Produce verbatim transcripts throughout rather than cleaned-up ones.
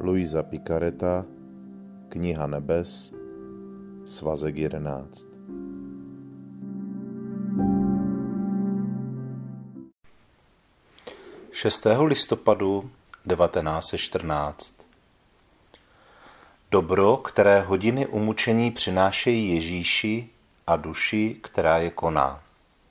Luisa Picareta, Kniha nebes, svazek jedenáct. šestého listopadu devatenáct set čtrnáct. Dobro, které hodiny umučení přinášejí Ježíši a duši, která je koná.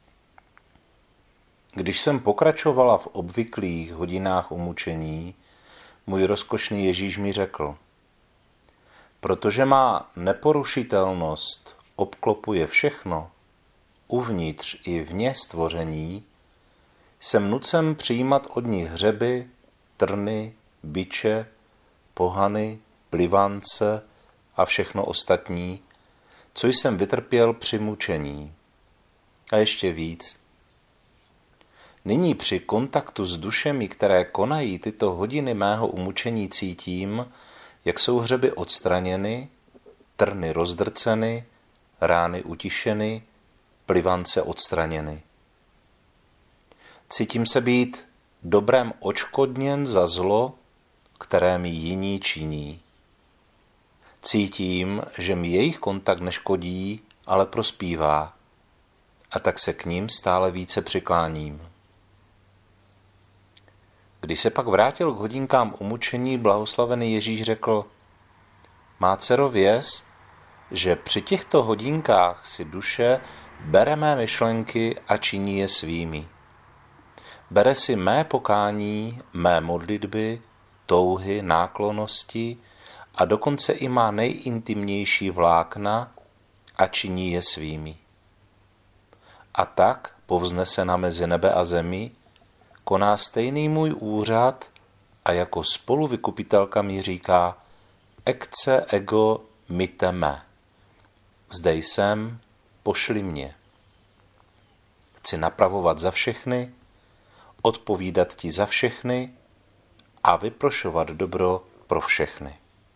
Když jsem pokračovala v obvyklých hodinách umučení, můj rozkošný Ježíš mi řekl: protože má neporušitelnost obklopuje všechno, uvnitř i vně stvoření, jsem nucen přijímat od nich hřeby, trny, biče, pohany, plivance a všechno ostatní, co jsem vytrpěl při mučení. A ještě víc. Nyní při kontaktu s dušemi, které konají tyto hodiny mého umučení, cítím, jak jsou hřeby odstraněny, trny rozdrceny, rány utišeny, plivance odstraněny. Cítím se být dobrem odškodněn za zlo, které mi jiní činí. Cítím, že mi jejich kontakt neškodí, ale prospívá, a tak se k ním stále více přikláním. Když se pak vrátil k hodinkám umučení, blahoslavený Ježíš řekl: má dcero, věz, že při těchto hodinkách si duše bere mé myšlenky a činí je svými. Bere si mé pokání, mé modlitby, touhy, náklonnosti a dokonce i má nejintimnější vlákna a činí je svými. A tak, povznesena mezi nebe a zemi, koná stejný můj úřad a jako spoluvykupitelka mi říká: ecce ego mite me. Zde jsem, pošli mě. Chci napravovat za všechny, odpovídat ti za všechny a vyprošovat dobro pro všechny.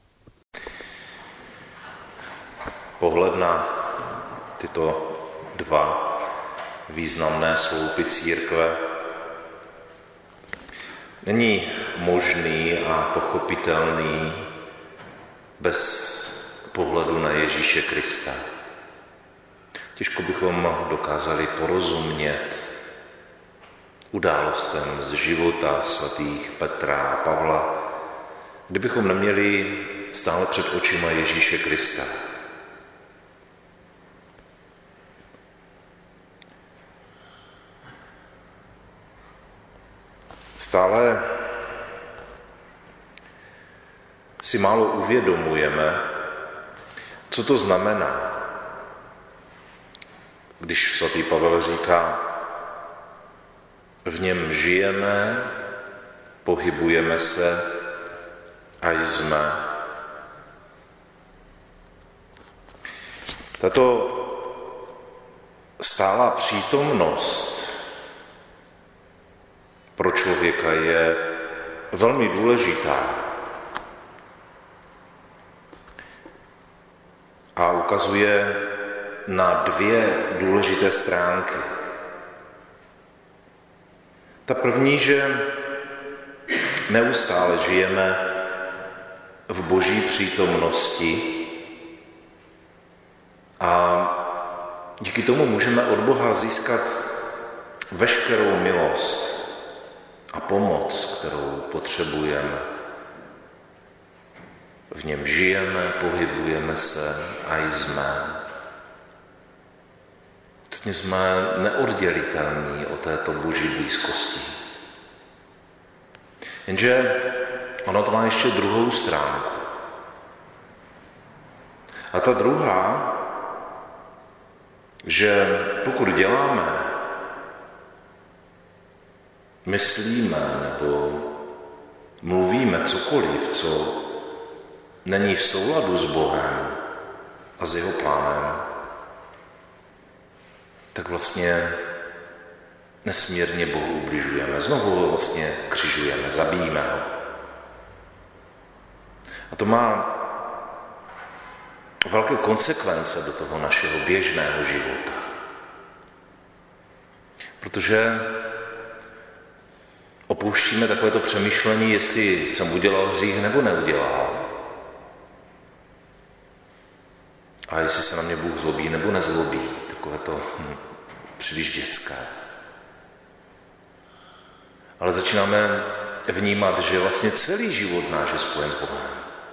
Pohled na tyto dva významné sloupy církve není možný a pochopitelný bez pohledu na Ježíše Krista. Těžko bychom dokázali porozumět událostem z života svatých Petra a Pavla, kdybychom neměli stále před očima Ježíše Krista. Stále si málo uvědomujeme, co to znamená, když svatý Pavel říká: v něm žijeme, pohybujeme se a jsme. Tato stálá přítomnost pro člověka je velmi důležitá a ukazuje na dvě důležité stránky. Ta první, že neustále žijeme v Boží přítomnosti a díky tomu můžeme od Boha získat veškerou milost a pomoc, kterou potřebujeme. V něm žijeme, pohybujeme se a jsme. Vlastně jsme neoddělitelní od této Boží blízkosti. Jenže ono to má ještě druhou stránku. A ta druhá, že pokud děláme, myslíme nebo mluvíme cokoliv, co není v souladu s Bohem a s jeho plánem, tak vlastně nesmírně Bohu ubližujeme. Znovu ho vlastně křižujeme, zabijíme ho. A to má velké konsekvence do toho našeho běžného života. Protože opouštíme takovéto přemýšlení, jestli jsem udělal hřích nebo neudělal. A jestli se na mě Bůh zlobí nebo nezlobí. Takové to hm, příliš dětské. Ale začínáme vnímat, že vlastně celý život náš je spojen s Bohem.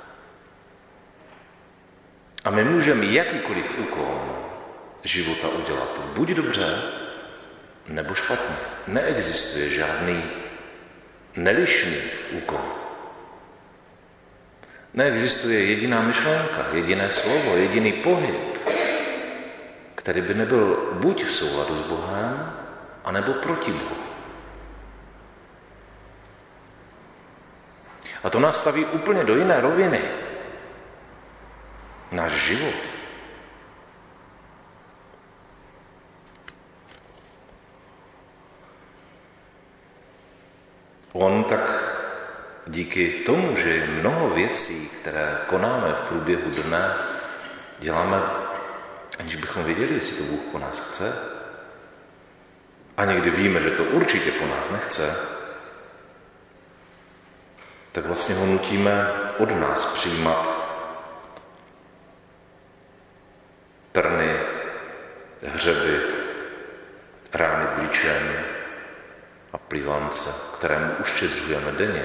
A my můžeme jakýkoliv úkol života udělat buď dobře, nebo špatně. Neexistuje žádný nelišný úkol. Neexistuje jediná myšlenka, jediné slovo, jediný pohyb, který by nebyl buď v souladu s Bohem, anebo proti Bohu. A to nás staví úplně do jiné roviny. Náš život. On tak díky tomu, že je mnoho věcí, které konáme v průběhu dne, děláme, aniž bychom věděli, jestli to Bůh po nás chce. A někdy víme, že to určitě po nás nechce, tak vlastně ho nutíme od nás přijímat trny, hřeby, rány blíčem a plivance, které mu uštědřujeme denně.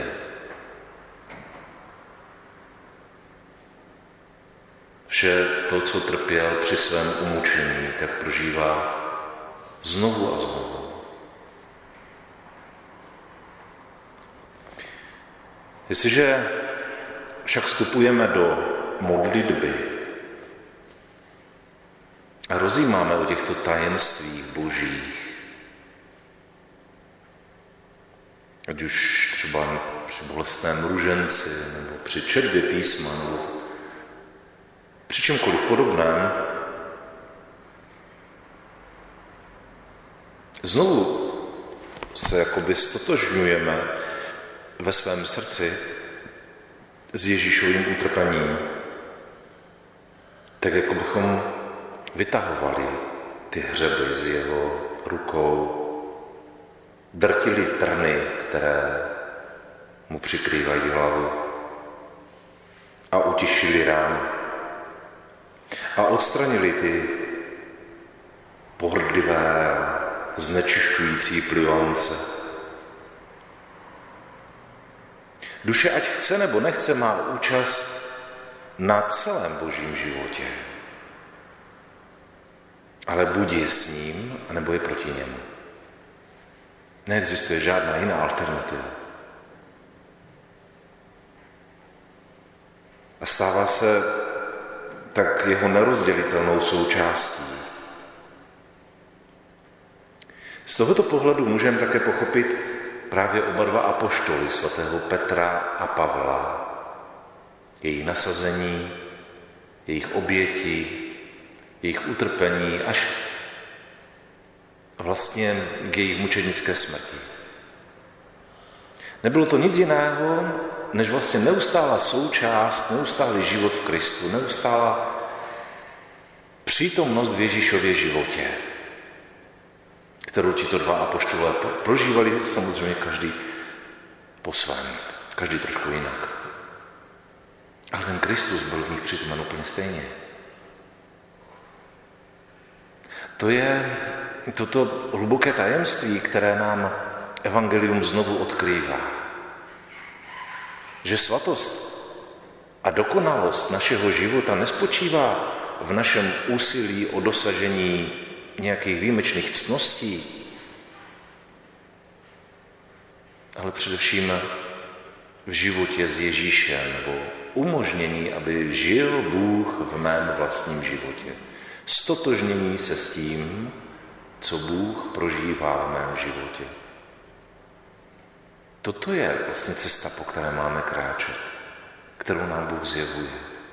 Vše to, co trpěl při svém umučení, tak prožívá znovu a znovu. Jestliže však vstupujeme do modlitby a rozjímáme o těchto tajemstvích božích, ať už třeba při bolestném ruženci, nebo při četbě písma, nebo při čemkoliv podobném, znovu se jakoby stotožňujeme ve svém srdci s Ježíšovým utrpením, tak jako bychom vytahovali ty hřeby z jeho rukou, drtili trny, které mu přikrývají hlavu a utišili rány a odstranili ty pohrdlivé, znečišťující plivance. Duše, ať chce nebo nechce, má účast na celém božím životě. Ale buď je s ním, anebo je proti němu. Neexistuje žádná jiná alternativa. A stává se tak jeho nerozdělitelnou součástí. Z tohoto pohledu můžeme také pochopit právě oba dva apoštoly, svatého Petra a Pavla, jejich nasazení, jejich oběti, jejich utrpení až vlastně k jejich mučednické smrti. Nebylo to nic jiného, než vlastně neustálá součást, neustálý život v Kristu, neustálá přítomnost v Ježíšově životě, kterou tito dva apoštolé prožívali samozřejmě každý po svém, každý trošku jinak. Ale ten Kristus byl v nich přítomen úplně stejně. To je toto hluboké tajemství, které nám evangelium znovu odkrývá. Že svatost a dokonalost našeho života nespočívá v našem úsilí o dosažení nějakých výjimečných ctností, ale především v životě s Ježíšem, nebo umožnění, aby žil Bůh v mém vlastním životě. Stotožnění se s tím, co Bůh prožívá v mém životě. Toto je vlastně cesta, po které máme kráčet, kterou nám Bůh zjevuje.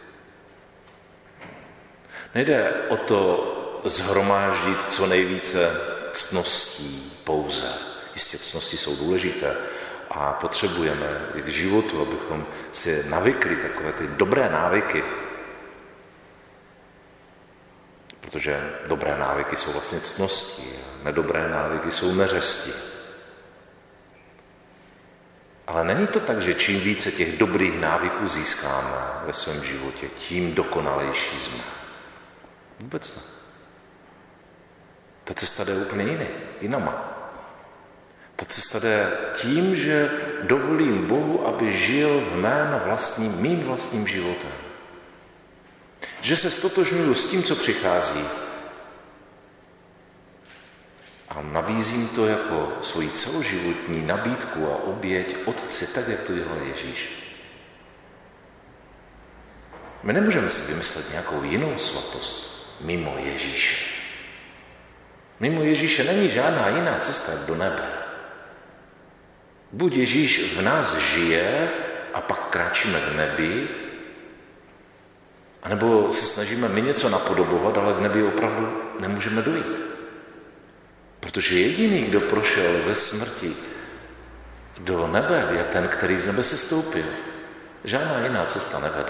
Nejde o to shromáždit co nejvíce ctností pouze. Jistě ctnosti jsou důležité a potřebujeme k životu, abychom si navykli takové ty dobré návyky. Protože dobré návyky jsou vlastně ctnosti a nedobré návyky jsou neřesti. Ale není to tak, že čím více těch dobrých návyků získáme ve svém životě, tím dokonalejší jsme. Vůbec ne. Ta cesta jde úplně jiný, jinama. Ta cesta jde tím, že dovolím Bohu, aby žil v mém vlastním, mým vlastním životem. Že se stotožňuju s tím, co přichází. A nabízím to jako svoji celoživotní nabídku a oběť Otci, tak, jak to dělal Ježíš. My nemůžeme si vymyslet nějakou jinou svatost mimo Ježíše. Mimo Ježíše není žádná jiná cesta do nebe. Buď Ježíš v nás žije a pak kráčíme k nebi, anebo se snažíme my něco napodobovat, ale v nebi opravdu nemůžeme dojít. Protože jediný, kdo prošel ze smrti do nebe, je ten, který z nebe se stoupil. Žádná jiná cesta nevede.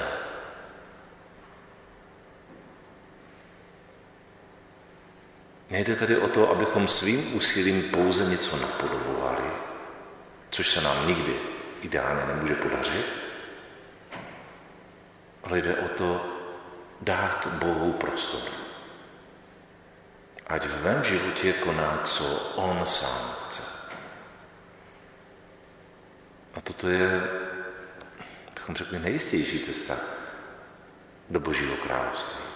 Nejde tedy o to, abychom svým úsilím pouze něco napodobovali, což se nám nikdy ideálně nemůže podařit, ale jde o to dát Bohu prostor. Ať v mém životě koná, co on sám chce. A toto je, bychom řekli, nejistější cesta do Božího království.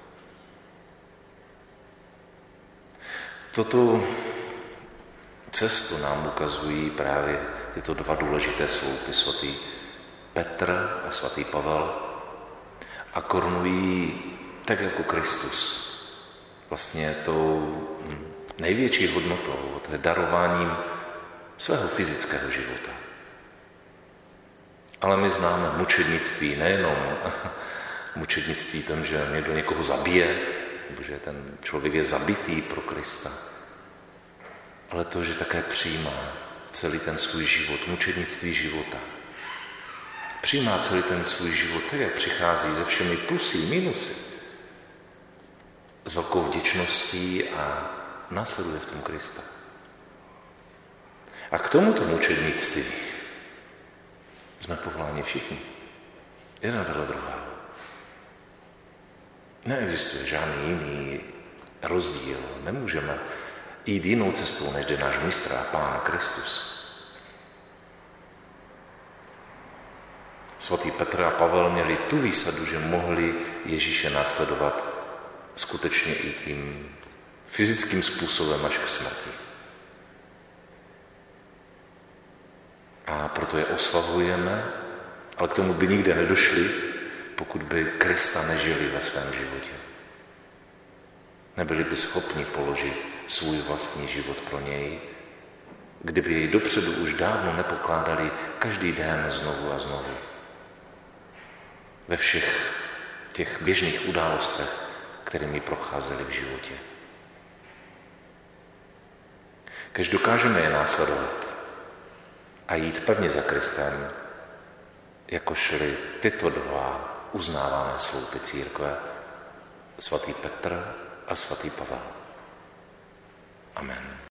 Toto cestu nám ukazují právě tyto dva důležité sloupy, svatý Petr a svatý Pavel, a korunují tak jako Kristus vlastně tou největší hodnotou, to je darováním svého fyzického života. Ale my známe mučednictví, nejenom mučednictví tom, že někdo někoho zabije, nebo že ten člověk je zabitý pro Krista, ale to, že také přijímá celý ten svůj život, mučednictví života. Přijímá celý ten svůj život, tak jak přichází se všemi plusy, minusy, s velkou vděčností a následuje v tom Krista. A k tomuto mučednictví jsme povoláni všichni. Jeden vedle druhého. Neexistuje žádný jiný rozdíl. Nemůžeme jít jinou cestou, než jde náš mistr a Pán Kristus. Svatý Petr a Pavel měli tu výsadu, že mohli Ježíše následovat skutečně i tím fyzickým způsobem až k smrti. A proto je oslavujeme, ale k tomu by nikde nedošli, pokud by Krista nežili ve svém životě. Nebyli by schopni položit svůj vlastní život pro něj, kdyby jej dopředu už dávno nepokládali každý den znovu a znovu. Ve všech těch běžných událostech, kterými procházeli v životě. Kež dokážeme je následovat a jít pevně za Kristem, jako šli tyto dva uznávané sloupy církve, svatý Petr a svatý Pavel. Amen.